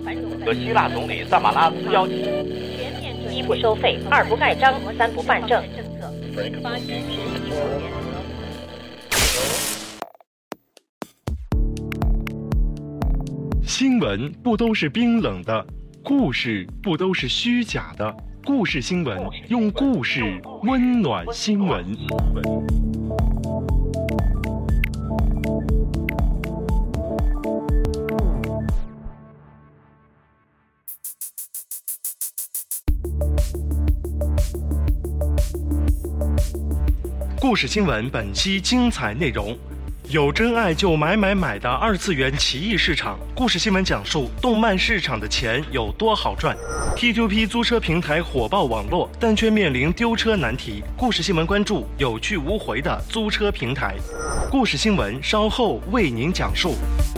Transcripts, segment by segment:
和希腊总理萨马拉斯邀请。 一不收费，二不盖章，三不办证。 新闻不都是冰冷的，故事不都是虚假的。故事新闻，用故事温暖新闻。故事新闻本期精彩内容：有真爱就买的二次元奇异市场。故事新闻讲述动漫市场的钱有多好赚。P2P 租车平台火爆网络，但却面临丢车难题。故事新闻关注有去无回的租车平台。故事新闻稍后为您讲述。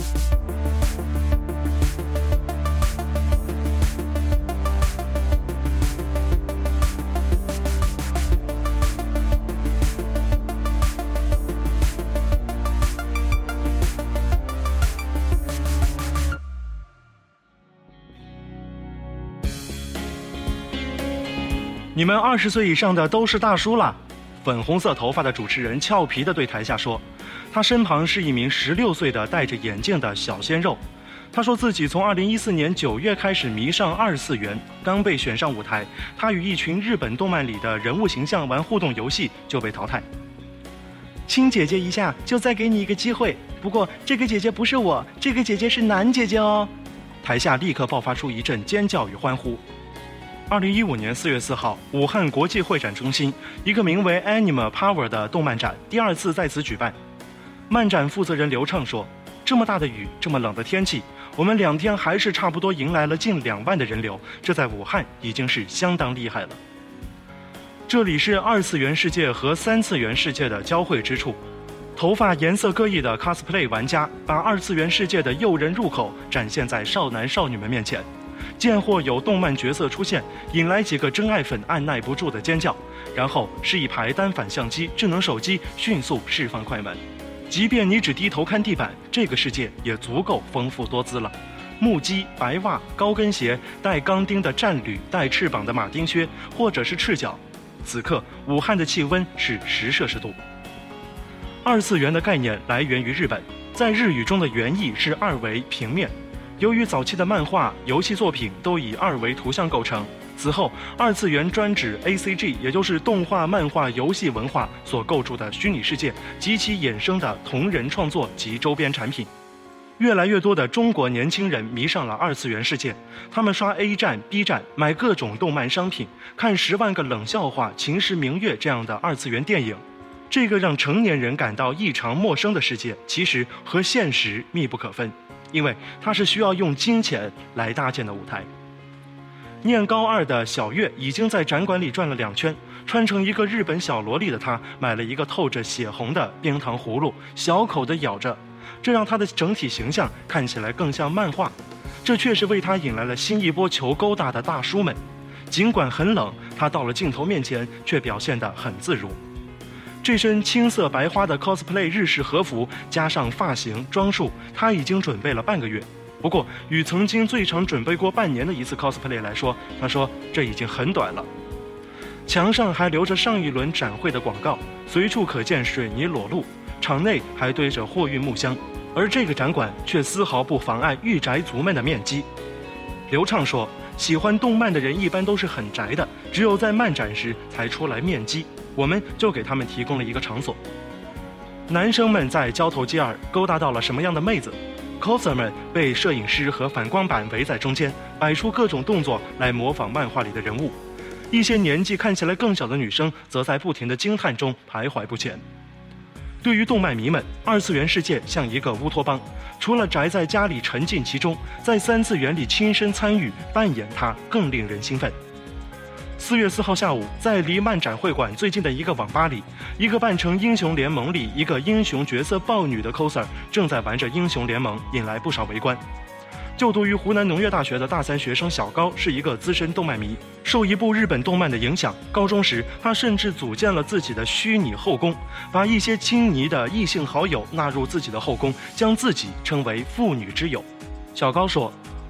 你们20岁以上的都是大叔了。粉红色头发的主持人俏皮地对台下说，他身旁是一名16岁的戴着眼镜的小鲜肉。他说自己从2014年9月开始迷上2次元，刚被选上舞台，他与一群日本动漫里的人物形象玩互动游戏就被淘汰。亲姐姐一下，就再给你一个机会，不过这个姐姐不是我，这个姐姐是男姐姐哦。台下立刻爆发出一阵尖叫与欢呼。2015年4月4号，武汉国际会展中心，一个名为 Anime Power 的动漫展第2次在此举办。漫展负责人刘畅说，这么大的雨，这么冷的天气，我们2天还是差不多迎来了近2万的人流，这在武汉已经是相当厉害了。这里是2次元世界和3次元世界的交汇之处，头发颜色各异的 cosplay 玩家把2次元世界的诱人入口展现在少男少女们面前。见或有动漫角色出现，引来几个真爱粉按耐不住的尖叫，然后是一排单反相机、智能手机迅速释放快门。即便你只低头看地板，这个世界也足够丰富多姿了。木屐、白袜、高跟鞋、带钢钉的战履、带翅膀的马丁靴，或者是赤脚。此刻，武汉的气温是10摄氏度。2次元的概念来源于日本，在日语中的原意是2维平面。由于早期的漫画、游戏作品都以2维图像构成，此后2次元专指 ACG， 也就是动画、漫画、游戏文化所构筑的虚拟世界及其衍生的同人创作及周边产品。越来越多的中国年轻人迷上了2次元世界，他们刷 A 站、B 站，买各种动漫商品，看10万个冷笑话、秦时明月这样的2次元电影。这个让成年人感到异常陌生的世界，其实和现实密不可分。因为它是需要用金钱来搭建的舞台。念高2的小月已经在展馆里转了2圈，穿成一个日本小萝莉的她买了一个透着血红的冰糖葫芦，小口地咬着，这让她的整体形象看起来更像漫画。这确实为她引来了新一波求勾搭的大叔们。尽管很冷，她到了镜头面前却表现得很自如。这身青色白花的 cosplay 日式和服，加上发型装束，他已经准备了半个月。不过，与曾经最长准备过半年的一次 cosplay 来说，他说这已经很短了。墙上还留着上一轮展会的广告，随处可见水泥裸露，场内还堆着货运木箱，而这个展馆却丝毫不妨碍御宅族们的面基。刘畅说，喜欢动漫的人一般都是很宅的，只有在漫展时才出来面基。我们就给他们提供了一个场所。男生们在交头接耳，勾搭到了什么样的妹子 ？coser 们被摄影师和反光板围在中间，摆出各种动作来模仿漫画里的人物。一些年纪看起来更小的女生则在不停的惊叹中徘徊不前。对于动漫迷们，2次元世界像一个乌托邦，除了宅在家里沉浸其中，在3次元里亲身参与扮演它更令人兴奋。4月4号下午，在离漫展会馆最近的一个网吧里，一个扮成英雄联盟里一个英雄角色豹女的 coser 正在玩着英雄联盟，引来不少围观。就读于湖南农业大学的大3学生小高是一个资深动漫迷，受一部日本动漫的影响，高中时他甚至组建了自己的虚拟后宫，把一些亲昵的异性好友纳入自己的后宫，将自己称为妇女之友。小高说，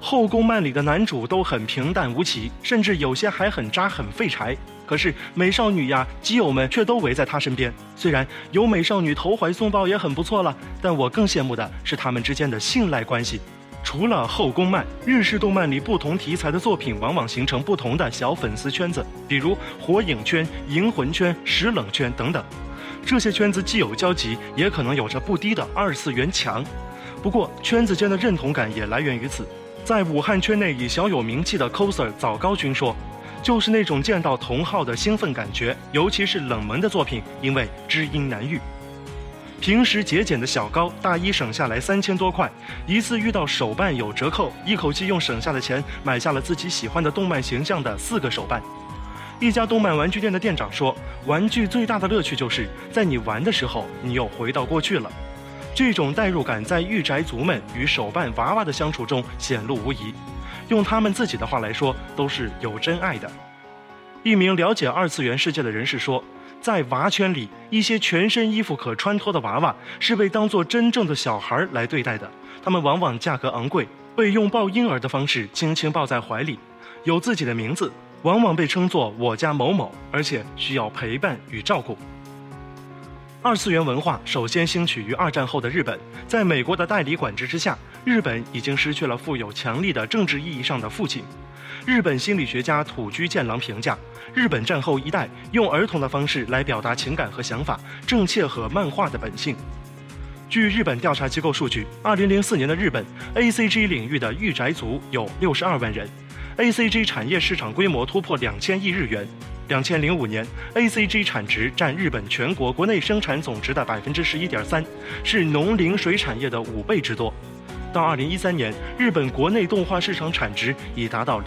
后宫漫里的男主都很平淡无奇，甚至有些还很渣很废柴。可是美少女呀，基友们却都围在他身边。虽然有美少女投怀送抱也很不错了，但我更羡慕的是他们之间的信赖关系。除了后宫漫，日式动漫里不同题材的作品往往形成不同的小粉丝圈子，比如火影圈、银魂圈、石冷圈等等。这些圈子既有交集，也可能有着不低的二次元墙。不过圈子间的认同感也来源于此。在武汉圈内已小有名气的 coser 早高君说，就是那种见到同好的兴奋感觉，尤其是冷门的作品，因为知音难遇。平时节俭的小高，大一省下来3000多块，一次遇到手办有折扣，一口气用省下的钱买下了自己喜欢的动漫形象的4个手办。一家动漫玩具店的店长说，玩具最大的乐趣就是在你玩的时候，你又回到过去了。这种代入感在御宅族们与手办娃娃的相处中显露无遗，用他们自己的话来说，都是有真爱的。一名了解二次元世界的人士说，在娃圈里，一些全身衣服可穿脱的娃娃是被当作真正的小孩来对待的，他们往往价格昂贵，被用抱婴儿的方式轻轻抱在怀里，有自己的名字，往往被称作我家某某，而且需要陪伴与照顾。二次元文化首先兴起于2战后的日本，在美国的代理管制之下，日本已经失去了富有强力的政治意义上的父亲。日本心理学家土居健郎评价，日本战后一代用儿童的方式来表达情感和想法，正切合漫画的本性。据日本调查机构数据，2004年的日本 ACG 领域的御宅族有62万人， ACG 产业市场规模突破2000亿日元。2005年 ACG 产值占日本全国国内生产总值的11.3%，是农林水产业的5倍之多。到2013年，日本国内动画市场产值已达到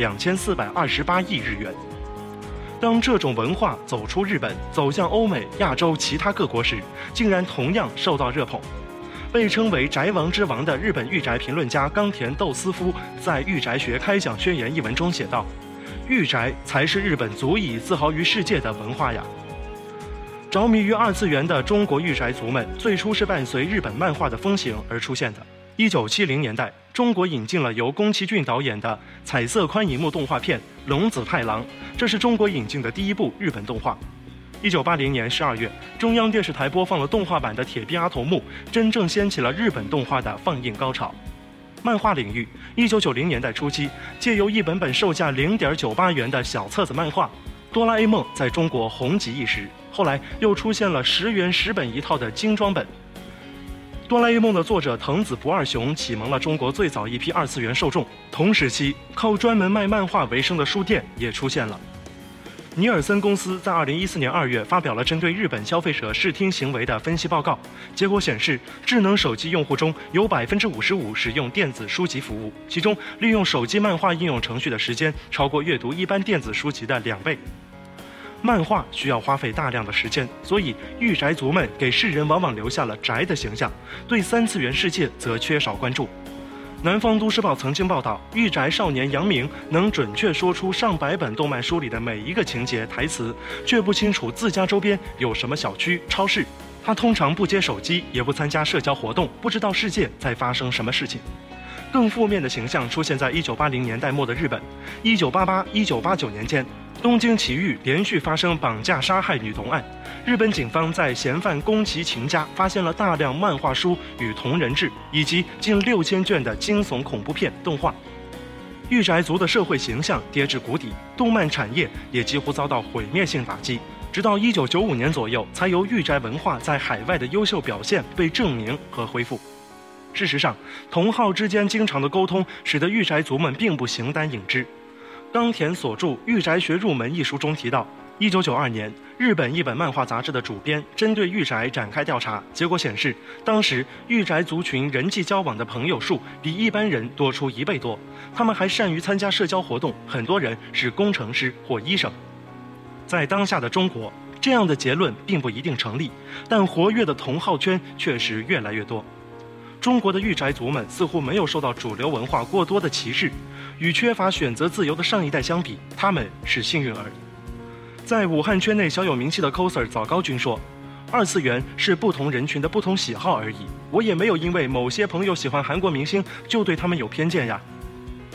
2428亿日元。当这种文化走出日本，走向欧美、亚洲其他各国时，竟然同样受到热捧。被称为宅王之王的日本御宅评论家冈田斗司夫在《御宅学开讲宣言》一文中写道，御宅才是日本足以自豪于世界的文化呀。着迷于二次元的中国御宅族们，最初是伴随日本漫画的风行而出现的。1970年代，中国引进了由宫崎骏导演的彩色宽银幕动画片《龙子太郎》，这是中国引进的第一部日本动画。1980年12月，中央电视台播放了动画版的《铁臂阿童木》，真正掀起了日本动画的放映高潮。漫画领域，1990年代初期，借由一本本售价0.98元的小册子漫画，《哆啦 A 梦》在中国红极一时。后来又出现了10元10本一套的精装本。哆啦 A 梦的作者藤子不二雄启蒙了中国最早一批二次元受众。同时期，靠专门卖漫画为生的书店也出现了。尼尔森公司在2014年2月发表了针对日本消费者视听行为的分析报告，结果显示，智能手机用户中有55%使用电子书籍服务，其中利用手机漫画应用程序的时间超过阅读一般电子书籍的2倍。漫画需要花费大量的时间，所以御宅族们给世人往往留下了宅的形象，对三次元世界则缺少关注。南方都市报曾经报道，御宅少年杨明能准确说出上百本动漫书里的每一个情节台词，却不清楚自家周边有什么小区、超市。他通常不接手机，也不参加社交活动，不知道世界在发生什么事情。更负面的形象出现在1980年代末的日本。1988、1989年间，东京埼玉连续发生绑架杀害女童案，日本警方在嫌犯宫崎勤家发现了大量漫画书与同人志，以及近6000卷的惊悚恐怖片动画。御宅族的社会形象跌至谷底，动漫产业也几乎遭到毁灭性打击。直到1995年左右，才由御宅文化在海外的优秀表现被证明和恢复。事实上，同好之间经常的沟通，使得御宅族们并不形单影只。冈田所著《御宅学入门》一书中提到，1992年，日本一本漫画杂志的主编针对御宅展开调查，结果显示，当时御宅族群人际交往的朋友数比一般人多出1倍多，他们还善于参加社交活动，很多人是工程师或医生。在当下的中国，这样的结论并不一定成立，但活跃的同好圈确实越来越多。中国的御宅族们似乎没有受到主流文化过多的歧视，与缺乏选择自由的上一代相比，他们是幸运儿。在武汉圈内小有名气的 coser 早高君说，二次元是不同人群的不同喜好而已，我也没有因为某些朋友喜欢韩国明星就对他们有偏见呀。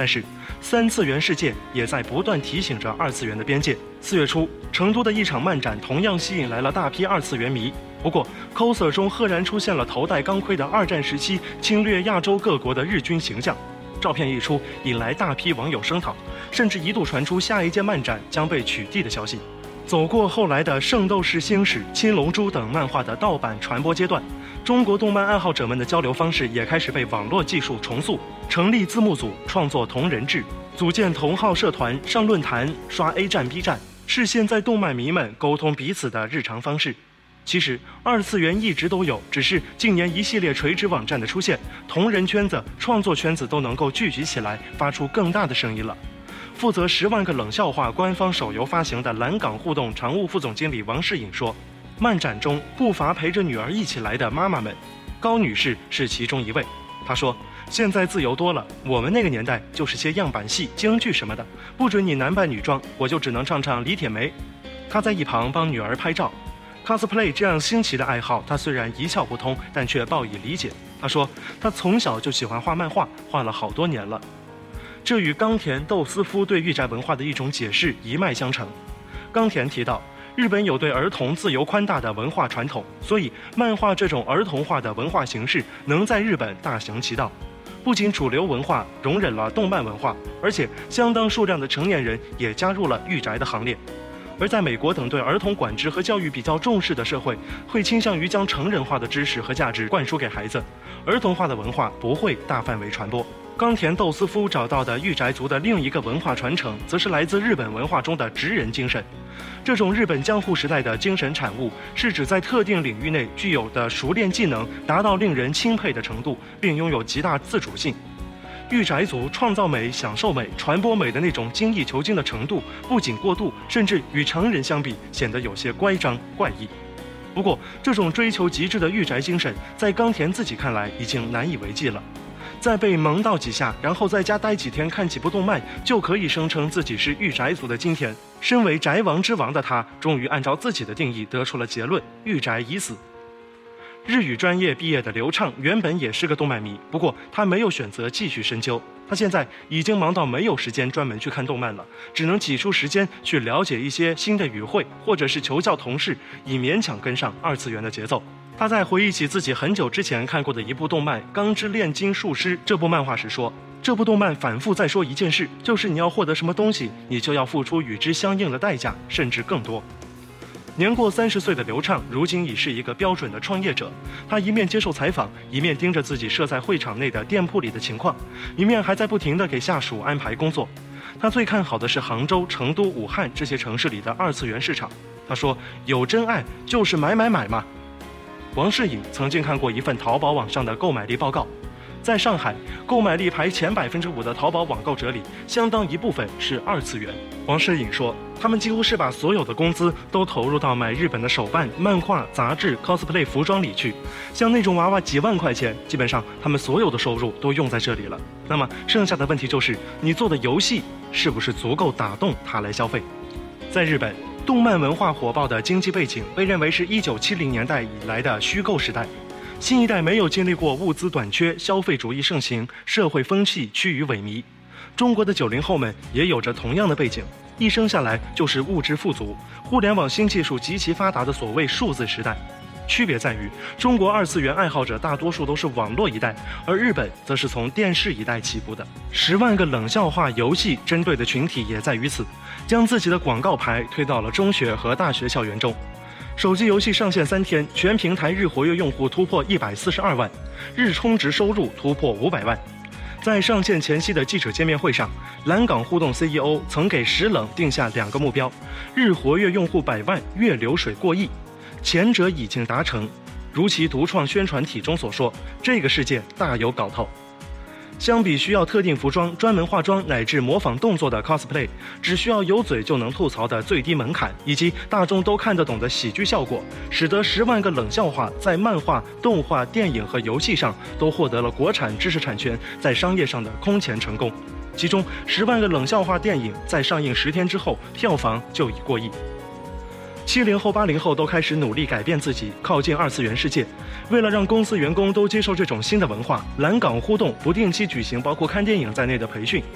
但是3次元世界也在不断提醒着2次元的边界。4月初，成都的一场漫展同样吸引来了大批2次元迷。不过 coser 中赫然出现了头戴钢盔的2战时期侵略亚洲各国的日军形象。照片一出，引来大批网友声讨，甚至一度传出下一届漫展将被取缔的消息。走过后来的《圣斗士星矢》《青龙珠》等漫画的盗版传播阶段，中国动漫爱好者们的交流方式也开始被网络技术重塑，成立字幕组，创作同人志，组建同好社团，上论坛，刷 A 站 B 站，是现在动漫迷们沟通彼此的日常方式。其实2次元一直都有，只是近年一系列垂直网站的出现，同人圈子、创作圈子都能够聚集起来，发出更大的声音了。负责10万个冷笑话官方手游发行的蓝港互动常务副总经理王世颖说，漫展中不乏陪着女儿一起来的妈妈们，高女士是其中一位。她说，现在自由多了，我们那个年代就是些样板戏、京剧什么的，不准你男扮女装，我就只能唱唱李铁梅。她在一旁帮女儿拍照。cosplay 这样新奇的爱好，他虽然一窍不通，但却报以理解。他说，他从小就喜欢画漫画，画了好多年了。这与冈田斗司夫对御宅文化的一种解释一脉相承。冈田提到，日本有对儿童自由宽大的文化传统，所以漫画这种儿童化的文化形式能在日本大行其道。不仅主流文化容忍了动漫文化，而且相当数量的成年人也加入了御宅的行列。而在美国等对儿童管制和教育比较重视的社会，会倾向于将成人化的知识和价值灌输给孩子，儿童化的文化不会大范围传播。冈田斗司夫找到的御宅族的另一个文化传承，则是来自日本文化中的职人精神。这种日本江户时代的精神产物，是指在特定领域内具有的熟练技能达到令人钦佩的程度，并拥有极大自主性。御宅族创造美、享受美、传播美的那种精益求精的程度，不仅过度，甚至与成人相比显得有些乖张怪异。不过，这种追求极致的御宅精神，在冈田自己看来已经难以为继了。在被萌到几下，然后在家待几天看几部动漫，就可以声称自己是御宅族的今天，身为宅王之王的他，终于按照自己的定义得出了结论：御宅已死。日语专业毕业的刘畅原本也是个动漫迷，不过他没有选择继续深究。他现在已经忙到没有时间专门去看动漫了，只能挤出时间去了解一些新的语汇，或者是求教同事，以勉强跟上2次元的节奏。他在回忆起自己很久之前看过的一部动漫《钢之炼金术师》这部漫画时说，这部动漫反复在说一件事，就是你要获得什么东西，你就要付出与之相应的代价，甚至更多。年过30岁的刘畅，如今已是一个标准的创业者。他一面接受采访，一面盯着自己设在会场内的店铺里的情况，一面还在不停地给下属安排工作。他最看好的是杭州、成都、武汉这些城市里的2次元市场。他说：“有真爱就是买嘛。”王世颖曾经看过一份淘宝网上的购买力报告。在上海，购买力排前5%的淘宝网购者里，相当一部分是2次元。王世颖说，他们几乎是把所有的工资都投入到买日本的手办、漫画、杂志、cosplay 服装里去。像那种娃娃几万块钱，基本上他们所有的收入都用在这里了。那么剩下的问题就是，你做的游戏是不是足够打动他来消费？在日本，动漫文化火爆的经济背景被认为是1970年代以来的虚构时代。新一代没有经历过物资短缺、消费主义盛行、社会风气趋于萎靡。中国的90后们也有着同样的背景，一生下来就是物质富足、互联网新技术极其发达的所谓数字时代。区别在于，中国2次元爱好者大多数都是网络一代，而日本则是从电视一代起步的。10万个冷笑话游戏针对的群体也在于此，将自己的广告牌推到了中学和大学校园中。手机游戏上线3天，全平台日活跃用户突破142万，日充值收入突破500万。在上线前夕的记者见面会上，蓝港互动 CEO 曾给石冷定下2个目标：日活跃用户100万，月流水过亿。前者已经达成，如其独创宣传体中所说，这个世界大有搞头。相比需要特定服装、专门化妆乃至模仿动作的 cosplay， 只需要有嘴就能吐槽的最低门槛，以及大众都看得懂的喜剧效果，使得10万个冷笑话在漫画、动画、电影和游戏上都获得了国产知识产权在商业上的空前成功。其中10万个冷笑话电影在上映10天之后，票房就已过亿。70后、80后都开始努力改变自己，靠近2次元世界。为了让公司员工都接受这种新的文化，蓝港互动不定期举行包括看电影在内的培训。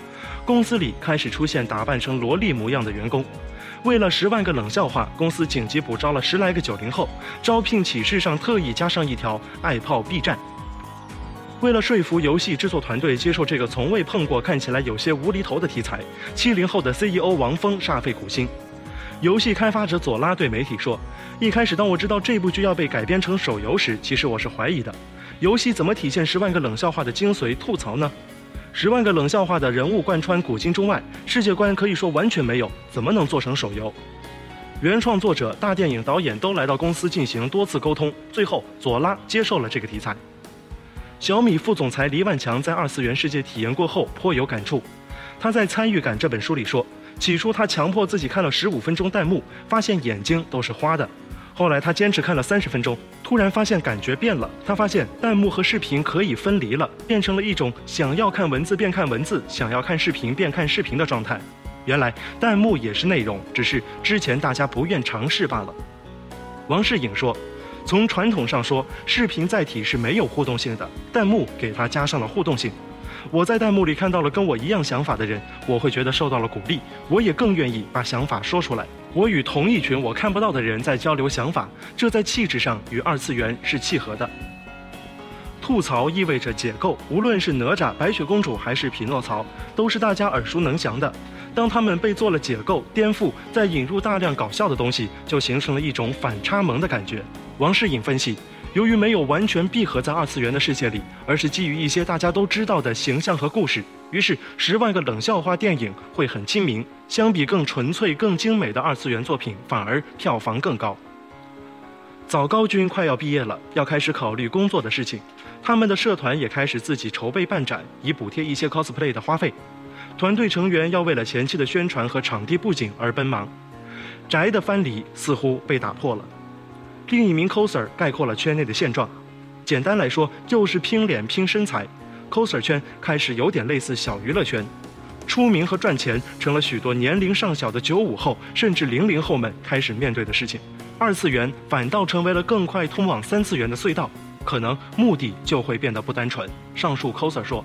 公司里开始出现打扮成萝莉模样的员工。为了10万个冷笑话，公司紧急补招了10来个90后，招聘启事上特意加上一条爱炮必战。为了说服游戏制作团队接受这个从未碰过、看起来有些无厘头的题材，70后的 CEO 王峰煞费苦心。游戏开发者佐拉对媒体说：“一开始当我知道这部剧要被改编成手游时，其实我是怀疑的，游戏怎么体现10万个冷笑话的精髓吐槽呢？10万个冷笑话的人物贯穿古今中外，世界观可以说完全没有，怎么能做成手游？”原创作者、大电影导演都来到公司进行多次沟通，最后佐拉接受了这个题材。小米副总裁黎万强在2次元世界体验过后颇有感触。他在《参与感》这本书里说，起初他强迫自己看了15分钟弹幕，发现眼睛都是花的。后来他坚持看了30分钟，突然发现感觉变了。他发现弹幕和视频可以分离了，变成了一种想要看文字便看文字，想要看视频便看视频的状态。原来弹幕也是内容，只是之前大家不愿尝试罢了。王世颖说，从传统上说，视频载体是没有互动性的，弹幕给它加上了互动性。我在弹幕里看到了跟我一样想法的人，我会觉得受到了鼓励，我也更愿意把想法说出来。我与同一群我看不到的人在交流想法，这在气质上与2次元是契合的。吐槽意味着解构，无论是哪吒、白雪公主还是匹诺曹，都是大家耳熟能详的。当他们被做了解构、颠覆，再引入大量搞笑的东西，就形成了一种反差萌的感觉。王世颖分析，由于没有完全闭合在2次元的世界里，而是基于一些大家都知道的形象和故事，于是10万个冷笑话电影会很亲民，相比更纯粹、更精美的2次元作品，反而票房更高。早高军快要毕业了，要开始考虑工作的事情，他们的社团也开始自己筹备办展，以补贴一些 cosplay 的花费。团队成员要为了前期的宣传和场地布景而奔忙，宅的藩篱似乎被打破了。另一名 coser 概括了圈内的现状，简单来说就是拼脸拼身材。coser 圈开始有点类似小娱乐圈，出名和赚钱成了许多年龄尚小的95后甚至00后们开始面对的事情。2次元反倒成为了更快通往3次元的隧道，可能目的就会变得不单纯。上述 coser 说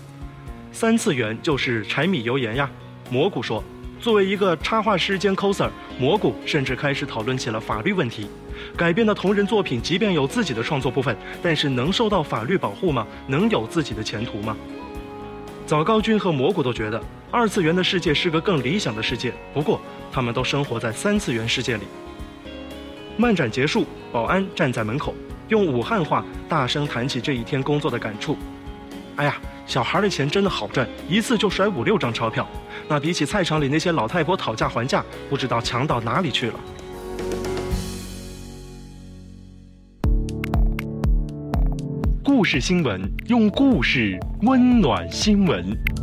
，3次元就是柴米油盐呀。蘑菇说，作为一个插画师兼 coser， 蘑菇甚至开始讨论起了法律问题。改编的同人作品即便有自己的创作部分，但是能受到法律保护吗？能有自己的前途吗？早高军和蘑菇都觉得2次元的世界是个更理想的世界，不过他们都生活在3次元世界里。漫展结束，保安站在门口，用武汉话大声谈起这一天工作的感触。哎呀，小孩的钱真的好赚，一次就甩5、6张钞票，那比起菜场里那些老太婆讨价还价，不知道强到哪里去了。故事新闻，用故事温暖新闻。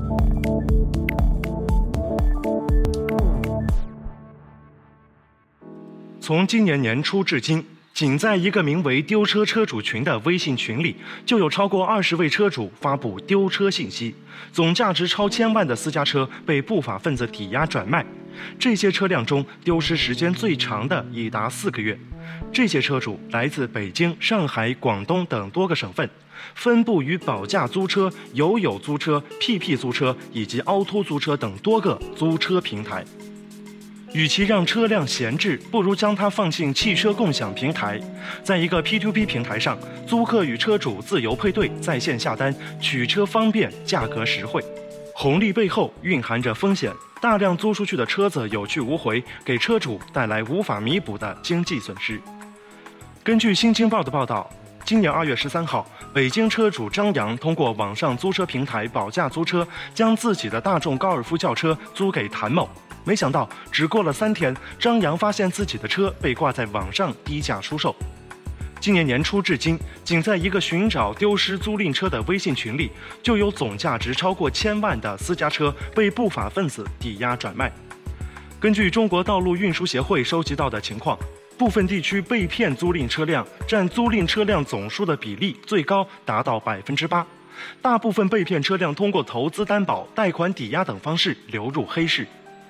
从今年年初至今，仅在一个名为丢车车主群的微信群里，就有超过20位车主发布丢车信息，总价值超1000万的私家车被不法分子抵押转卖。这些车辆中，丢失时间最长的已达4个月。这些车主来自北京、上海、广东等多个省份，分布于保价租车、友友租车、PP 租车以及凹凸租车等多个租车平台。与其让车辆闲置，不如将它放进汽车共享平台，在一个 P2P 平台上，租客与车主自由配对，在线下单，取车方便，价格实惠。红利背后蕴含着风险，大量租出去的车子有去无回，给车主带来无法弥补的经济损失。根据《新京报》的报道，今年2月13号，北京车主张扬通过网上租车平台保价租车，将自己的大众高尔夫轿车租给谭某。没想到，只过了3天，张扬发现自己的车被挂在网上低价出售。今年年初至今，仅在一个寻找丢失租赁车的微信群里，就有总价值超过1000万的私家车被不法分子抵押转卖。根据中国道路运输协会收集到的情况，部分地区被骗租赁车辆占租赁车辆总数的比例最高达到8%，大部分被骗车辆通过投资担保、贷款抵押等方式流入黑市。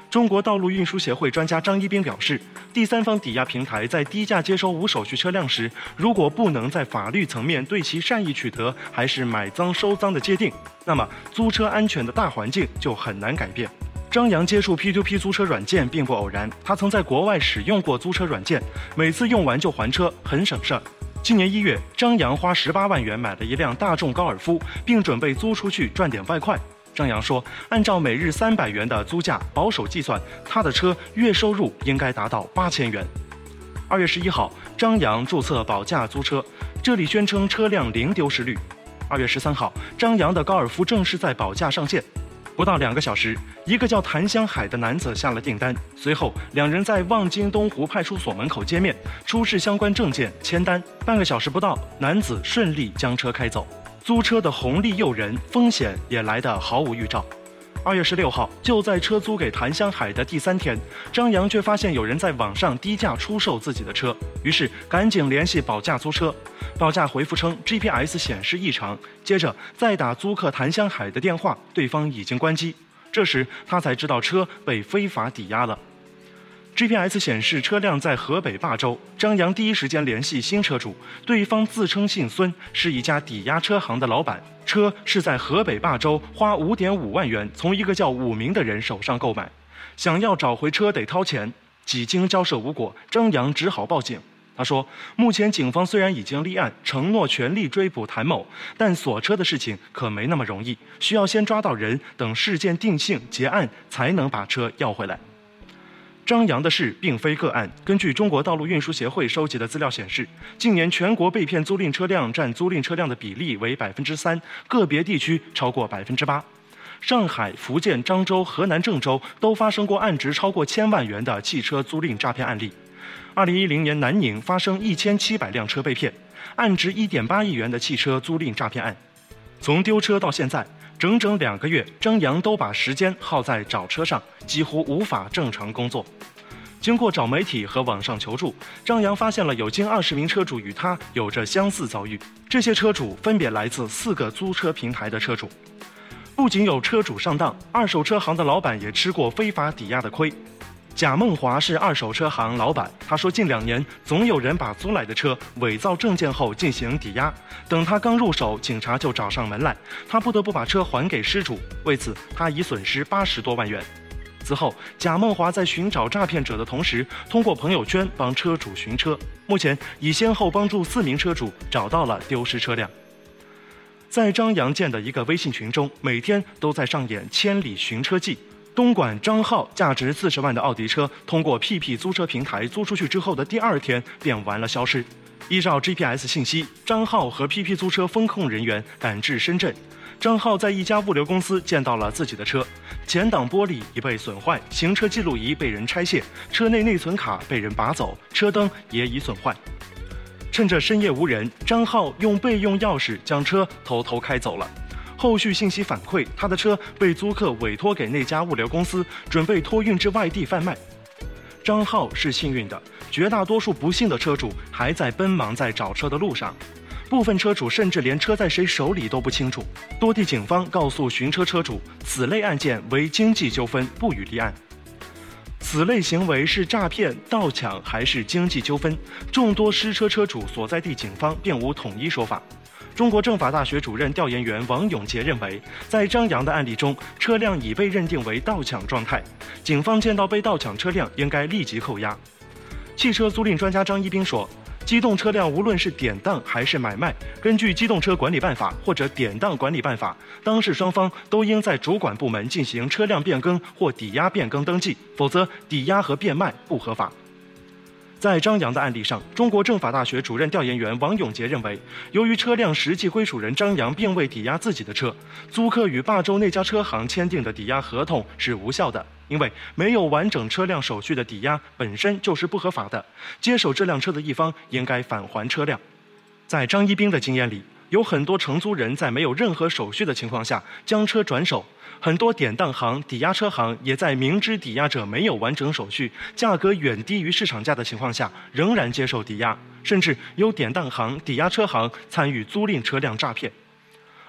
中国道路运输协会专家张一斌表示，第三方抵押平台在低价接收无手续车辆时，如果不能在法律层面对其善意取得还是买赃收赃的界定，那么租车安全的大环境就很难改变。张扬接触 P2P 租车软件并不偶然，他曾在国外使用过租车软件，每次用完就还车，很省事儿。今年1月，张扬花18万元买了一辆大众高尔夫，并准备租出去赚点外快。张扬说，按照每日300元的租价，保守计算，他的车月收入应该达到8000元。2月11号，张扬注册保价租车，这里宣称车辆零丢失率。2月13号，张扬的高尔夫正式在保价上线。不到2个小时，一个叫谭香海的男子下了订单，随后两人在望京东湖派出所门口见面，出示相关证件，签单。半个小时不到，男子顺利将车开走。租车的红利诱人，风险也来得毫无预兆。2月16号，就在车租给谭香海的第3天，张扬却发现有人在网上低价出售自己的车，于是赶紧联系保价租车。报价回复称 GPS 显示异常，接着再打租客谭香海的电话，对方已经关机。这时他才知道车被非法抵押了。GPS 显示车辆在河北霸州，张扬第一时间联系新车主，对方自称姓孙，是一家抵押车行的老板，车是在河北霸州花5.5万元从一个叫武明的人手上购买，想要找回车得掏钱。几经交涉无果，张扬只好报警。他说，目前警方虽然已经立案，承诺全力追捕谭某，但锁车的事情可没那么容易，需要先抓到人，等事件定性结案才能把车要回来。张扬的事并非个案，根据中国道路运输协会收集的资料显示，近年全国被骗租赁车辆占租赁车辆的比例为3%，个别地区超过8%。上海、福建漳州、河南郑州都发生过案值超过1000万元的汽车租赁诈骗案例。2010年，南宁发生1700辆车被骗，案值1.8亿元的汽车租赁诈骗案。从丢车到现在，整整2个月，张扬都把时间耗在找车上，几乎无法正常工作。经过找媒体和网上求助，张扬发现了有近20名车主与他有着相似遭遇。这些车主分别来自4个租车平台的车主。不仅有车主上当，二手车行的老板也吃过非法抵押的亏。贾梦华是二手车行老板，他说近2年总有人把租来的车伪造证件后进行抵押，等他刚入手，警察就找上门来，他不得不把车还给失主，为此他已损失80多万元。此后，贾梦华在寻找诈骗者的同时，通过朋友圈帮车主寻车，目前已先后帮助4名车主找到了丢失车辆。在张扬建的一个微信群中，每天都在上演千里寻车记。东莞张浩价值40万的奥迪车，通过 PP 租车平台租出去之后的第2天便完了消失。依照 GPS 信息，张浩和 PP 租车风控人员赶至深圳。张浩在一家物流公司见到了自己的车，前挡玻璃已被损坏，行车记录仪被人拆卸，车内内存卡被人拔走，车灯也已损坏。趁着深夜无人，张浩用备用钥匙将车偷偷开走了。后续信息反馈，他的车被租客委托给那家物流公司，准备托运至外地贩卖。张浩是幸运的，绝大多数不幸的车主还在奔忙在找车的路上，部分车主甚至连车在谁手里都不清楚。多地警方告诉寻车车主，此类案件为经济纠纷，不予立案。此类行为是诈骗、盗抢还是经济纠纷？众多失车车主所在地警方并无统一说法。中国政法大学主任调研员王永杰认为，在张扬的案例中，车辆已被认定为盗抢状态，警方见到被盗抢车辆应该立即扣押。汽车租赁专家张一斌说，机动车辆无论是典当还是买卖，根据机动车管理办法或者典当管理办法，当事双方都应在主管部门进行车辆变更或抵押变更登记，否则抵押和变卖不合法。在张扬的案例上，中国政法大学主任调研员王永杰认为，由于车辆实际归属人张扬并未抵押自己的车，租客与霸州那家车行签订的抵押合同是无效的，因为没有完整车辆手续的抵押本身就是不合法的，接手这辆车的一方应该返还车辆。在张一斌的经验里，有很多承租人在没有任何手续的情况下将车转手，很多典当行、抵押车行也在明知抵押者没有完整手续，价格远低于市场价的情况下仍然接受抵押，甚至有典当行、抵押车行参与租赁车辆诈骗。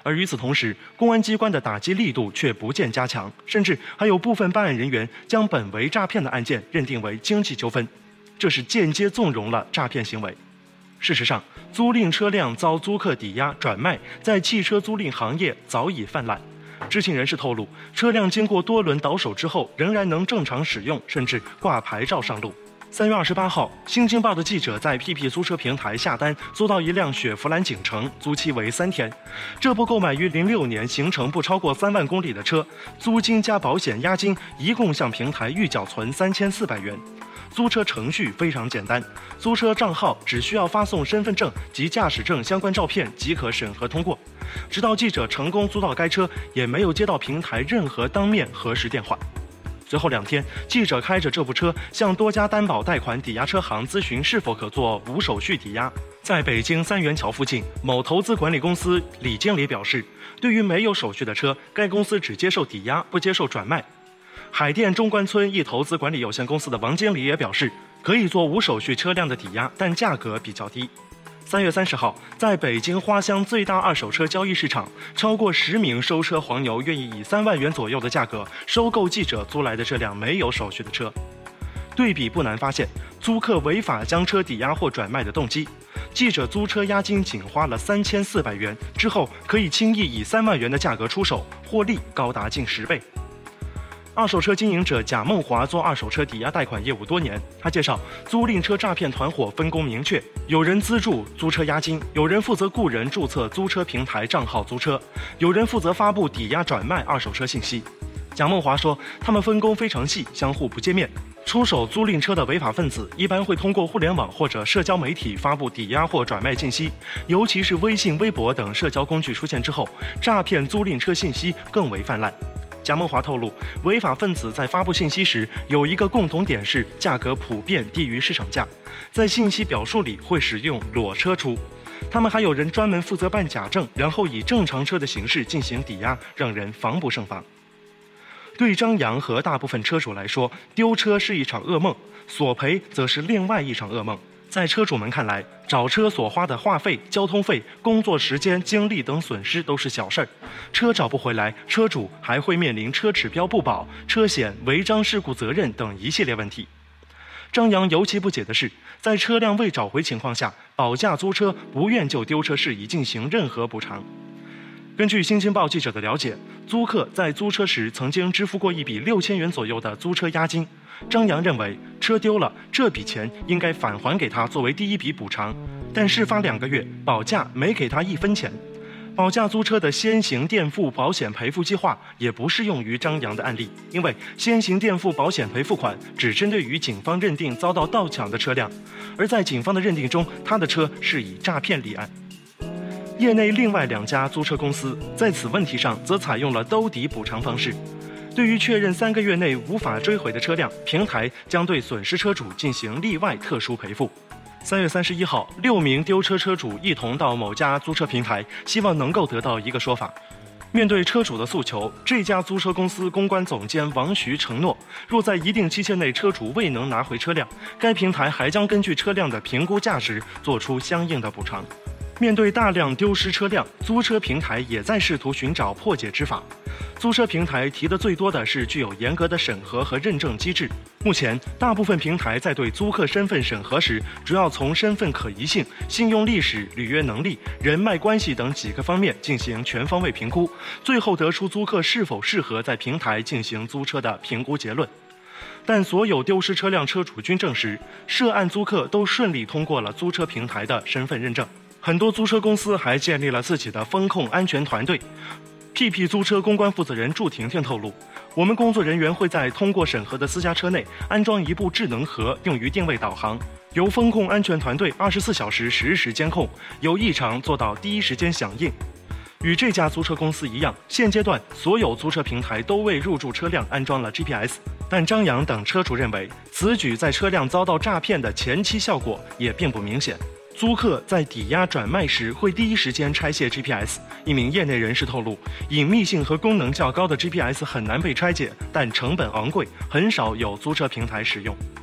而与此同时，公安机关的打击力度却不见加强，甚至还有部分办案人员将本为诈骗的案件认定为经济纠纷，这是间接纵容了诈骗行为。事实上，租赁车辆遭租客抵押转卖，在汽车租赁行业早已泛滥。知情人士透露，车辆经过多轮倒手之后，仍然能正常使用，甚至挂牌照上路。3月28号，《新京报》的记者在 PP 租车平台下单租到一辆雪佛兰景程，租期为3天。这部购买于06年、行程不超过3万公里的车，租金加保险押金一共向平台预缴存3400元。租车程序非常简单，租车账号只需要发送身份证及驾驶证相关照片即可审核通过。直到记者成功租到该车，也没有接到平台任何当面核实电话。随后2天，记者开着这部车向多家担保贷款抵押车行咨询是否可做无手续抵押。在北京三元桥附近，某投资管理公司李经理表示，对于没有手续的车，该公司只接受抵押，不接受转卖。海淀中关村一投资管理有限公司的王经理也表示，可以做无手续车辆的抵押，但价格比较低。3月30号，在北京花乡最大二手车交易市场，超过10名收车黄牛愿意以3万元左右的价格收购记者租来的这辆没有手续的车。对比不难发现，租客违法将车抵押或转卖的动机。记者租车押金仅花了3400元，之后可以轻易以3万元的价格出手，获利高达近10倍。二手车经营者贾梦华做二手车抵押贷款业务多年。他介绍，租赁车诈骗团伙分工明确，有人资助租车押金，有人负责雇人注册租车平台账号租车，有人负责发布抵押转卖二手车信息。贾梦华说，他们分工非常细，相互不见面。出手租赁车的违法分子一般会通过互联网或者社交媒体发布抵押或转卖信息，尤其是微信、微博等社交工具出现之后，诈骗租赁车信息更为泛滥。贾梦华透露，违法分子在发布信息时有一个共同点是价格普遍低于市场价，在信息表述里会使用裸车出。他们还有人专门负责办假证，然后以正常车的形式进行抵押，让人防不胜防。对张扬和大部分车主来说，丢车是一场噩梦，索赔则是另外一场噩梦。在车主们看来，找车所花的话费、交通费、工作时间、精力等损失都是小事儿，车找不回来，车主还会面临车指标不保、车险、违章事故责任等一系列问题。张扬尤其不解的是，在车辆未找回情况下，保价租车不愿就丢车事宜进行任何补偿。根据《新京报》记者的了解，租客在租车时曾经支付过一笔6000元左右的租车押金。张扬认为车丢了，这笔钱应该返还给他作为第一笔补偿，但事发2个月，保价没给他1分钱。保价租车的先行垫付保险赔付计划也不适用于张扬的案例，因为先行垫付保险赔付款只针对于警方认定遭到盗抢的车辆，而在警方的认定中，他的车是以诈骗立案。业内另外2家租车公司在此问题上则采用了兜底补偿方式。对于确认3个月内无法追回的车辆，平台将对损失车主进行例外特殊赔付。3月31号，6名丢车车主一同到某家租车平台，希望能够得到一个说法。面对车主的诉求，这家租车公司公关总监王徐承诺，若在一定期限内车主未能拿回车辆，该平台还将根据车辆的评估价值做出相应的补偿。面对大量丢失车辆，租车平台也在试图寻找破解之法。租车平台提的最多的是具有严格的审核和认证机制。目前，大部分平台在对租客身份审核时，主要从身份可疑性、信用历史、履约能力、人脉关系等几个方面进行全方位评估，最后得出租客是否适合在平台进行租车的评估结论。但所有丢失车辆车主均证实，涉案租客都顺利通过了租车平台的身份认证。很多租车公司还建立了自己的风控安全团队。PP 租车公关负责人祝婷婷透露，我们工作人员会在通过审核的私家车内安装一部智能盒，用于定位导航，由风控安全团队24小时实时监控，有异常做到第一时间响应。与这家租车公司一样，现阶段所有租车平台都为入驻车辆安装了 GPS， 但张扬等车主认为，此举在车辆遭到诈骗的前期效果也并不明显。租客在抵押转卖时会第一时间拆卸 GPS。一名业内人士透露，隐秘性和功能较高的 GPS 很难被拆解，但成本昂贵，很少有租车平台使用。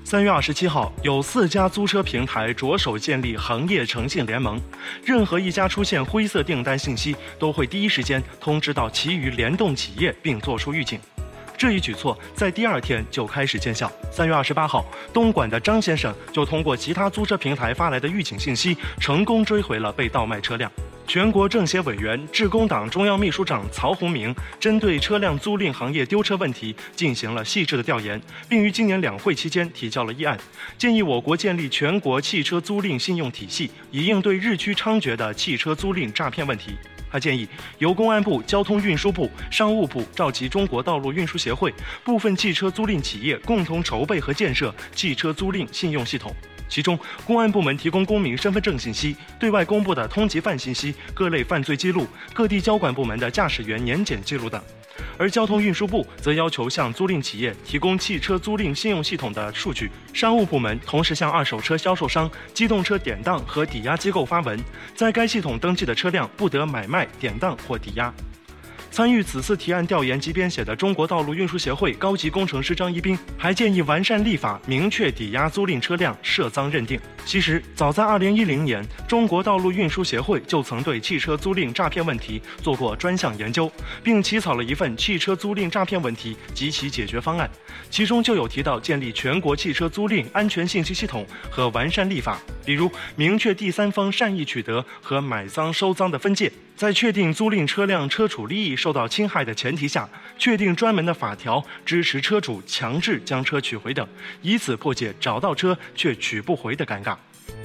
3月27号，有4家租车平台着手建立行业诚信联盟，任何一家出现灰色订单信息，都会第一时间通知到其余联动企业，并做出预警。这一举措在第2天就开始见效。3月28号，东莞的张先生就通过其他租车平台发来的预警信息，成功追回了被盗卖车辆。全国政协委员、致公党中央秘书长曹洪明针对车辆租赁行业丢车问题进行了细致的调研，并于今年2会期间提交了议案，建议我国建立全国汽车租赁信用体系，以应对日趋猖獗的汽车租赁诈骗问题。他建议由公安部、交通运输部、商务部召集中国道路运输协会、部分汽车租赁企业共同筹备和建设汽车租赁信用系统。其中，公安部门提供公民身份证信息、对外公布的通缉犯信息、各类犯罪记录、各地交管部门的驾驶员年检记录等；而交通运输部则要求向租赁企业提供汽车租赁信用系统的数据。商务部门同时向二手车销售商、机动车典当和抵押机构发文，在该系统登记的车辆不得买卖、典当或抵押。参与此次提案调研及编写的中国道路运输协会高级工程师张一斌还建议完善立法，明确抵押租赁车辆涉赃认定。其实，早在2010年，中国道路运输协会就曾对汽车租赁诈骗问题做过专项研究，并起草了一份汽车租赁诈骗问题及其解决方案，其中就有提到建立全国汽车租赁安全信息系统和完善立法，比如明确第三方善意取得和买赃收赃的分界，在确定租赁车辆车主利益受到侵害的前提下，确定专门的法条支持车主强制将车取回等，以此破解找到车却取不回的尴尬。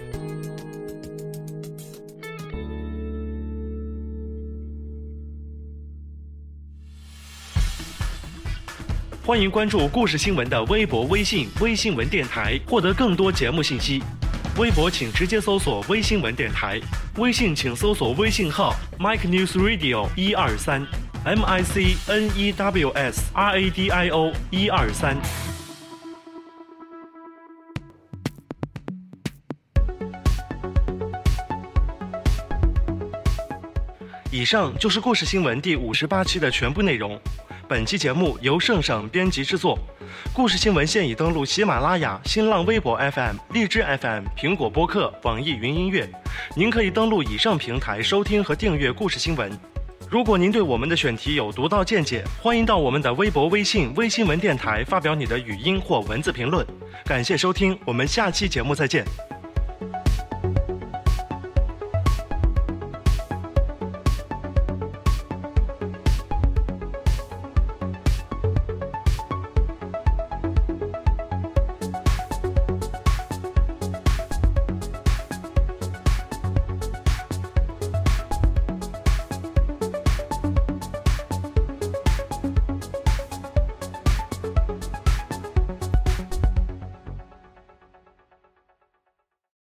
欢迎关注故事新闻的微博、微信、微新闻电台，获得更多节目信息。微博请直接搜索微新闻电台，微信请搜索微信号 Mike News Radio 123 MICNEWS RADIO 123。以上就是故事新闻第58期的全部内容。本期节目由圣省编辑制作。故事新闻现已登录喜马拉雅、新浪微博 FM、荔枝 FM、苹果播客、网易云音乐。您可以登录以上平台收听和订阅故事新闻。如果您对我们的选题有独到见解，欢迎到我们的微博、微信、微新闻电台发表你的语音或文字评论。感谢收听，我们下期节目再见。